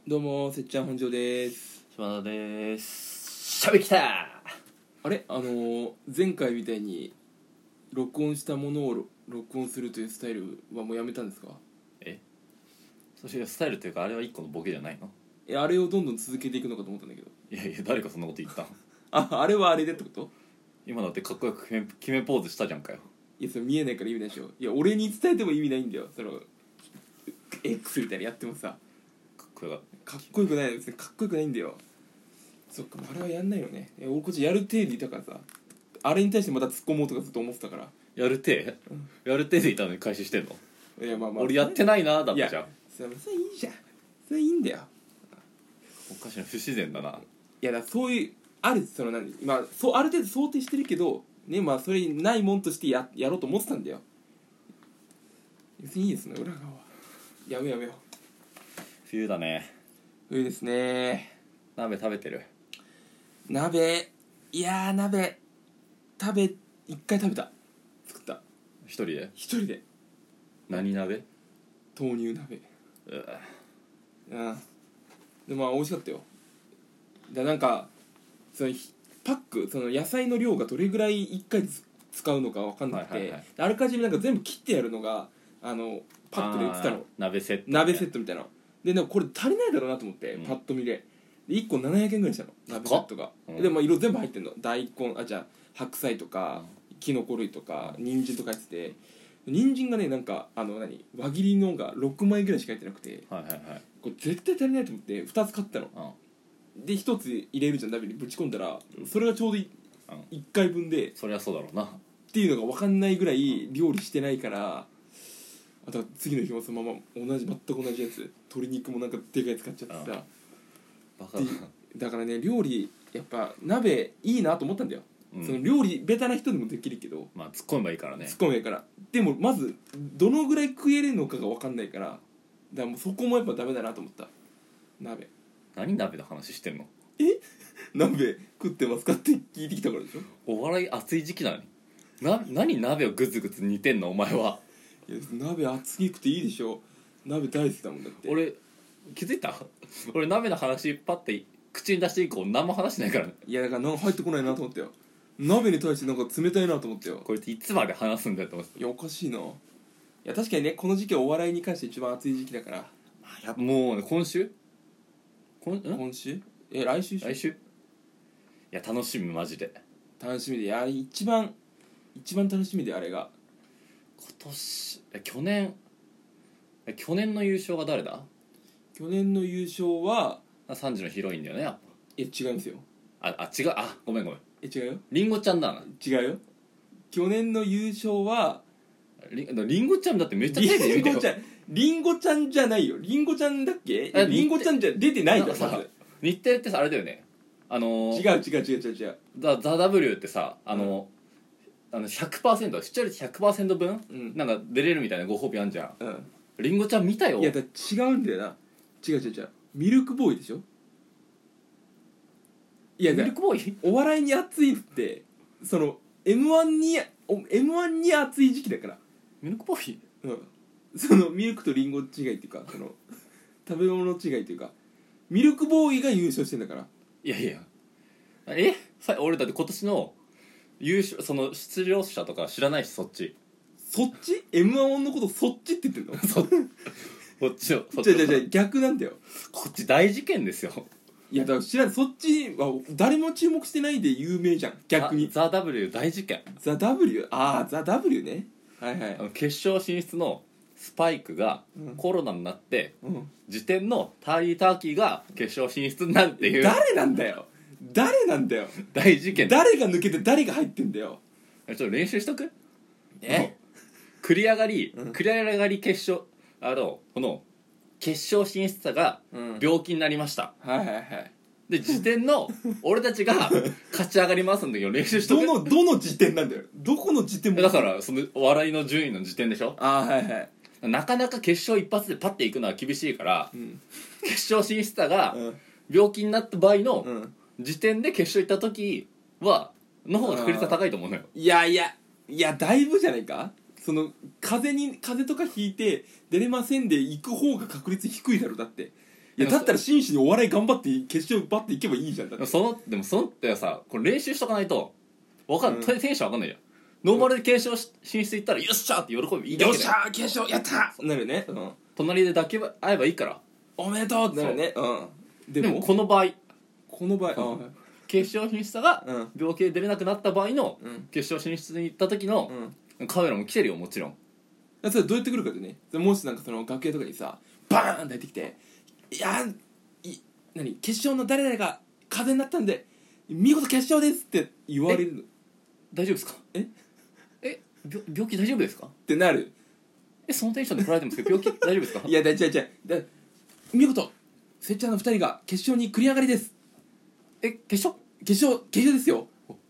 どうもせっちゃん本庄です。 島田です。しゃべきた。 あれ前回みたいに録音したものを録音するというスタイルはもうやめたんですか？ そしてスタイルというかあれは一個のボケじゃないの？ あれをどんどん続けていくのかと思ったんだけど。 いやいや、誰かそんなこと言ったの？ あれはあれでってこと？ 今だってかっこよく決めポーズしたじゃんかよ。 いやそれ見えないから意味ないでしょ。いや俺に伝えても意味ないんだよ。その X みたいなやってもさかっこよかっこよくないですね。かっこよくないんだよ。そっかあれはやんないよね。俺こっちやる程度いたからさ、あれに対してまた突っ込もうとかずっと思ってたから。 やるて、やるてでいたのに開始してんの？ いやまあ俺やってないなだったじゃん。 それいいじゃん。それいいんだよ。 おかしな、不自然だな。 いやだそういうあるそのそうある程度想定してるけどね、まあそれないもんとしてやろうと思ってたんだよ。別にいいですね、裏側はやめよう。 冬だね。 冬ですね。 鍋食べてる？ 鍋、いや鍋一回食べた。作った一人で？ 一人で。 何鍋？ 豆乳鍋。でもまあ美味しかったよ。なんかそのパック、その野菜の量がどれぐらい1回使うのか分かんなくて、あらかじめなんか全部切ってやるのがパックで売ってたの。 鍋セットみたいな。でなんかこれ足りないだろうなと思って、パッと見で1個700円ぐらいしたの、鍋セットが。でも色全部入ってんの。大根、じゃあ白菜とかきのこ類とか人参とか入ってて、人参がねなんか輪切りのが6枚ぐらいしか入ってなくて、これ絶対足りないと思って2つ買ったの。で1つ入れるじゃん、鍋にぶち込んだらそれがちょうど1回分で、 そりゃそうだろうなっていうのが分かんないぐらい料理してないから、あとは次の日もそのまま全く同じやつ、鶏肉もなんかでかい使っちゃってさ。 バカだな。 だからね、料理やっぱ鍋いいなと思ったんだよ。その料理ベタな人でもできるけど、 まあ突っ込めばいいからね。 突っ込めばいいから。でもまずどのぐらい食えるのかが分かんないから、だからもうそこもやっぱダメだなと思った。鍋。 何鍋の話してんの？ 鍋食ってますかって聞いてきたからでしょ。 お笑い熱い時期なのに何鍋をグツグツ煮てんのお前は。 いや鍋熱くていいでしょ。鍋大好きだもんだって。 俺気づいた？俺鍋の話パッて口に出して以降何も話してないからね。 いやだから入ってこないなと思ったよ。鍋に対してなんか冷たいなと思ったよ。 こいついつまで話すんだよと思って。 いやおかしいな。いや確かにね、この時期はお笑いに関して一番熱い時期だから。 もうね、今週来週いや楽しみマジで。 楽しみで。いや一番楽しみで、あれが去年の優勝が誰だ？ 去年の優勝は 3時のヒロインだよね、やっぱ。 違うんですよ。 違う。ごめん違うよ。 リンゴちゃんだな。 違うよ。去年の優勝はリンゴちゃんだってめっちゃテレビ見てよ。 リンゴちゃんじゃないよ。リンゴちゃんだっけ？リンゴちゃんじゃ出てないからさ。 日テレってさあれだよね。 違う。 ザ・ W ってさ100%視聴率 100% 分、なんか出れるみたいなご褒美あんじゃん。リンゴちゃん見たよ。 いや違うんだよな。違うミルクボーイでしょ。いやミルクボーイお笑いに熱いってその M1 に熱い時期だから。 ミルクボーイ、 そのミルクとリンゴ違いっていうか、その食べ物違いっていうか、ミルクボーイが優勝してんだから。 いや俺だって今年の優勝、その出場者とか知らないし。そっち M1 のことそっちって言ってんの？ こっちを逆なんだよ。 こっち大事件ですよ。 いやだから知らない。そっちは誰も注目してないで有名じゃん、逆に。 ザ・ W 大事件。 ザ・ W？ ザ・ W ね。 決勝進出のスパイクがコロナになって、時点のターリー・ターキーが決勝進出になるっていう。 誰なんだよ大事件。 誰が抜けて誰が入ってんだよ。 ちょっと練習しとく？繰り上がり決勝、この決勝進出者が病気になりました、で時点の俺たちが勝ち上がりますんだけど練習しとく。 どの時点なんだよ。どこの時点もだからそのお笑いの順位の時点でしょ。なかなか決勝一発でパッていくのは厳しいから、決勝進出者が病気になった場合の時点で決勝行った時の方が確率は高いと思うのよ。 いやだいぶじゃないか。その風邪とかひいて出れませんで行く方が確率低いだろ。だっていやだったら真摯にお笑い頑張って決勝バッていけばいいじゃん。だってでもそのってさ、これ練習しとかないとテンション上がんないじゃん。ノーマルで決勝進出いったらよっしゃーって喜びいいだけだよ。 よっしゃー決勝やったーなるね、 隣で抱き合えばいいから。 おめでとうってなるね。 でもこの場合決勝進出が病気で出れなくなった場合の決勝進出に行った時のカメラも来てるよ、もちろん。 それどうやってくるかでね、もしなんかその楽屋とかにさバーンって入ってきて、いや何決勝の誰々が風邪になったんで見事決勝ですって言われるの大丈夫ですか？病気大丈夫ですかってなる。 そのテンションで来られてますけど病気大丈夫ですか？ いや見事せっちゃんの2人が決勝に繰り上がりです。 決勝ですよ。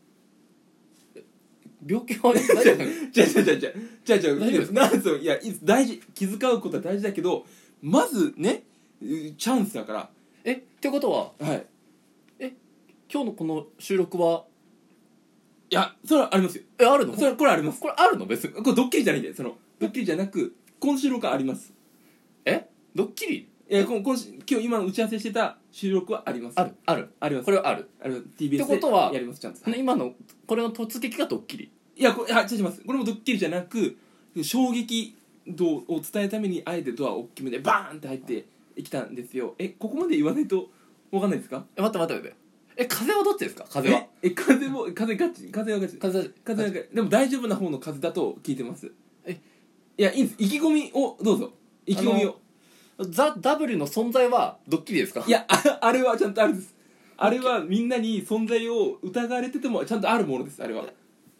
病気は大丈夫ですか？ 大丈夫です。なんですよ。いや大事、気遣うことは大事だけど、まずねチャンスだから。 ってことは、 はい、 今日のこの収録はいやそれはありますよ。 あるの？ これあります。 これあるの？別にこれドッキリじゃないんで、ドッキリじゃなく今収録はあります。 ドッキリ？ いや今日今の打ち合わせしてた収録はあります。 あります。これはある。 TBS ってことはでやりますちゃんと。 今のこれの突撃がドッキリ？ いや違います。これもドッキリじゃなく衝撃度を伝えるためにあえてドアを大きめでバーンって入ってきたんですよ。ここまで言わないと分かんないですか？ 待って風はどっちですか？風は風ガチ、風はガチ、でも大丈夫な方の風だと聞いてます。いやいいんです。意気込みをどうぞ。意気込みを。 ザ・ W の存在はドッキリですか？ いやあれはちゃんとあるんです。あれはみんなに存在を疑われててもちゃんとあるものです。あれは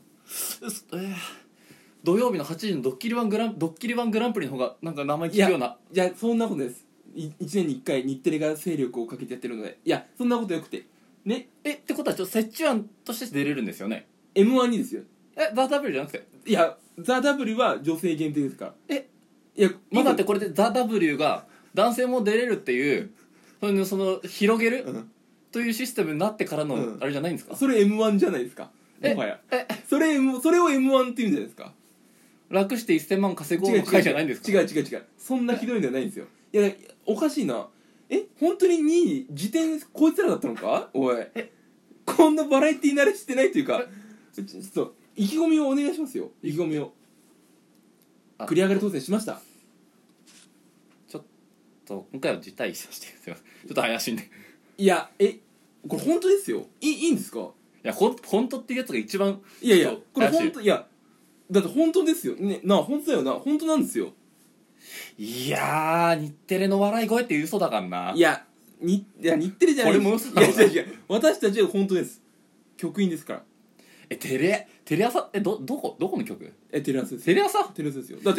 土曜日の8時のドッキリワングランプリの方がなんか名前聞くような。 いやそんなことです。1年に1回日テレが勢力をかけてやってるので、いやそんなことよくてね。 ってことは折衷案として出れるんですよね。 M1 にですよ。 ザ・ W じゃなくて。 いやザ・ W は女性限定ですから。いやだってこれでザ・ W が男性も出れるっていうその広げるというシステムになってからのあれじゃないんですか？ それ M1 じゃないですか。もはやそれを M1 っていうんじゃないですか。 楽して1000万稼ごうの会じゃないんですか？ 違うそんなひどいんじゃないんですよ。いやおかしいな。本当に2位時点こいつらだったのか？おいこんなバラエティー慣れしてないというか、ちょっと意気込みをお願いしますよ。意気込みを。繰り上がり当選しました。 ちょっと今回は辞退させてすいません。ちょっと怪しいんで。 いやこれ本当ですよ。いいんですか？いや本当っていうやつが一番。 いやこれ本当。いやだって本当ですよね。本当だよな。本当なんですよ。 いや日テレの笑い声って嘘だからな。 いや日テレじゃない。 これも嘘だ。 違う私たちは本当です。局員ですから。 テレ朝どこの局？ テレ朝です。 テレ朝ですよ。だって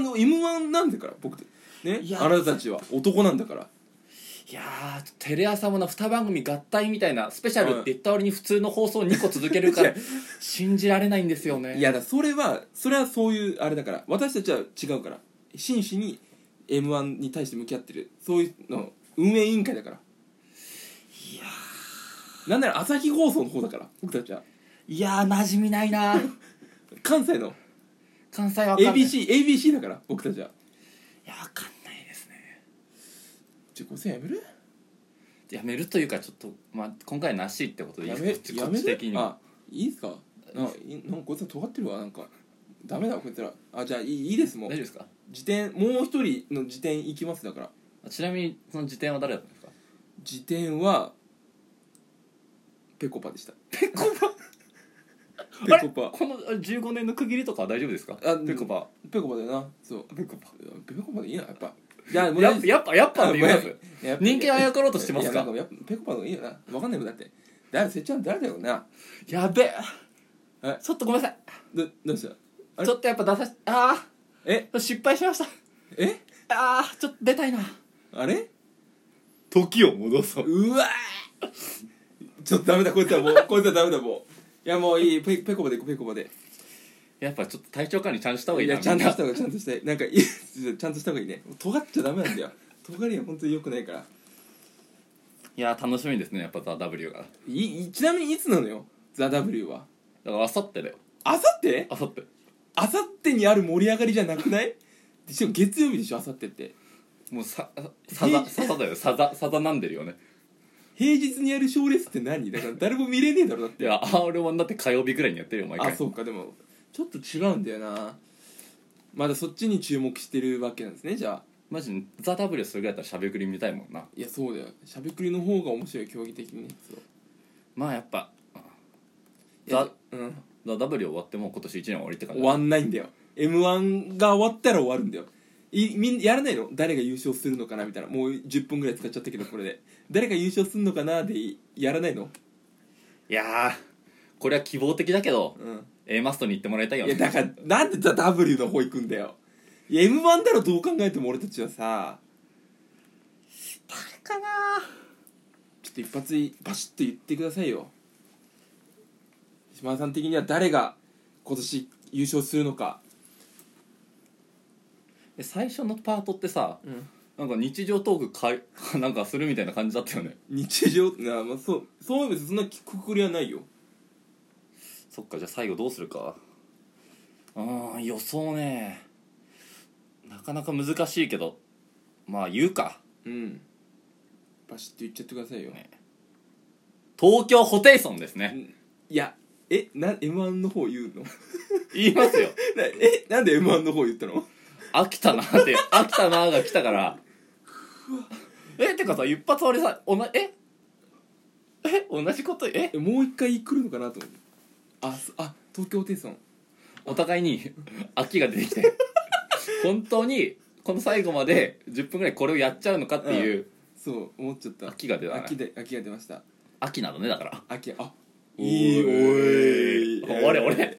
M1 なんだから僕ね。あなたたちは男なんだから。 いやテレ朝も2番組合体みたいなスペシャルって言った割に普通の放送2個続けるから信じられないんですよね。 いやそれはそういうあれだから、私たちは違うから、真摯に M1 に対して向き合ってる、そういうの運営委員会だから。いやなんなら朝日放送の方だから僕たちは。 いや馴染みないな関西わかんない。 ABC だから僕たちは。 いやわかんないですね。 5000円やめるというかちょっと今回なしってことでいいですか？ やめる的にいいですか？なんかこいつら尖ってるわ。なんかダメだこいつら。じゃあいいです。もう大丈夫ですか？ もう一人の辞典行きます。だからちなみにその辞典は誰だったんですか？ 辞典はペコパでした。 ペコパペコパ。 この15年の区切りとかは大丈夫ですか？ペコパだよな。そうペコパでいいな。やっぱやっぱって言うやつ人間あやかろうとしてますか？ ペコパの方がいいよな。分かんないもんだって。せっちゃん誰だよな。 やべえちょっとごめんなさい。 どうした？ ちょっとやっぱ失敗しました。ちょっと出たいな。 あれ時を戻そう。 うわちょっとダメだこいつはダメだもう。いやもういい。ペコパで行こう。ペコパで。 やっぱちょっと体調管理ちゃんとした方がいいな。 ちゃんとした方がちゃんとしたい。なんかちゃんとした方がいいね。尖っちゃダメなんだよ。尖りは本当に良くないから。 いや楽しみですね。やっぱザ・ W がちなみにいつなのよザ・ W は。 だからあさってだよ。 あさってにある盛り上がりじゃなくない？月曜日でしょあさってって。 もうサザだよ。サザなんでるよね。 平日にやる賞レースって何だから誰も見れねえだろだって。 いや R1 だって火曜日くらいにやってるよ毎回。 あ、そうか。でもちょっと違うんだよな。まだそっちに注目してるわけなんですね。じゃあマジザ・ W それぐらいだったらしゃべくり見たいもんな。 いやそうだよ。しゃべくりの方が面白い、競技的にね。 まあやっぱザ・ W 終わってもう今年1年終わりって感じ。 終わんないんだよ。 M1 が終わったら終わるんだよ。みんなやらないの？誰が優勝するのかなみたいな。もう10分ぐらい使っちゃったけど、これで誰が優勝するのかなでやらないの？ いやーこれは希望的だけど、A マストに行ってもらいたいよね。 いやだからなんでザ・ W の方行くんだよ。いや M1 だろ、どう考えても俺たちはさ。 誰かな。 ちょっと一発バシッと言ってくださいよ。島田さん的には誰が今年優勝するのか。 最初のパートってさ、なんか日常トークなんかするみたいな感じだったよね。 日常な、まあ、そう別にそんなくくりはないよ。 そっか、じゃあ最後どうするか。予想ね、なかなか難しいけど、まあ言うか。 バシッと言っちゃってくださいよ、 東京ホテイソンですね。 いやM1 の方言うの？ 言いますよ。 なんで M1 の方言ったの？ 飽きたなが来たからてかさ、一発俺さ同じこともう一回来るのかなと思って。東京ホテイソン。 お互いに飽きが出てきて本当にこの最後まで10分ぐらいこれをやっちゃうのかっていう、 そう思っちゃった。 飽きが出たね。 飽きが出ました。 秋なのね、だからいいおい俺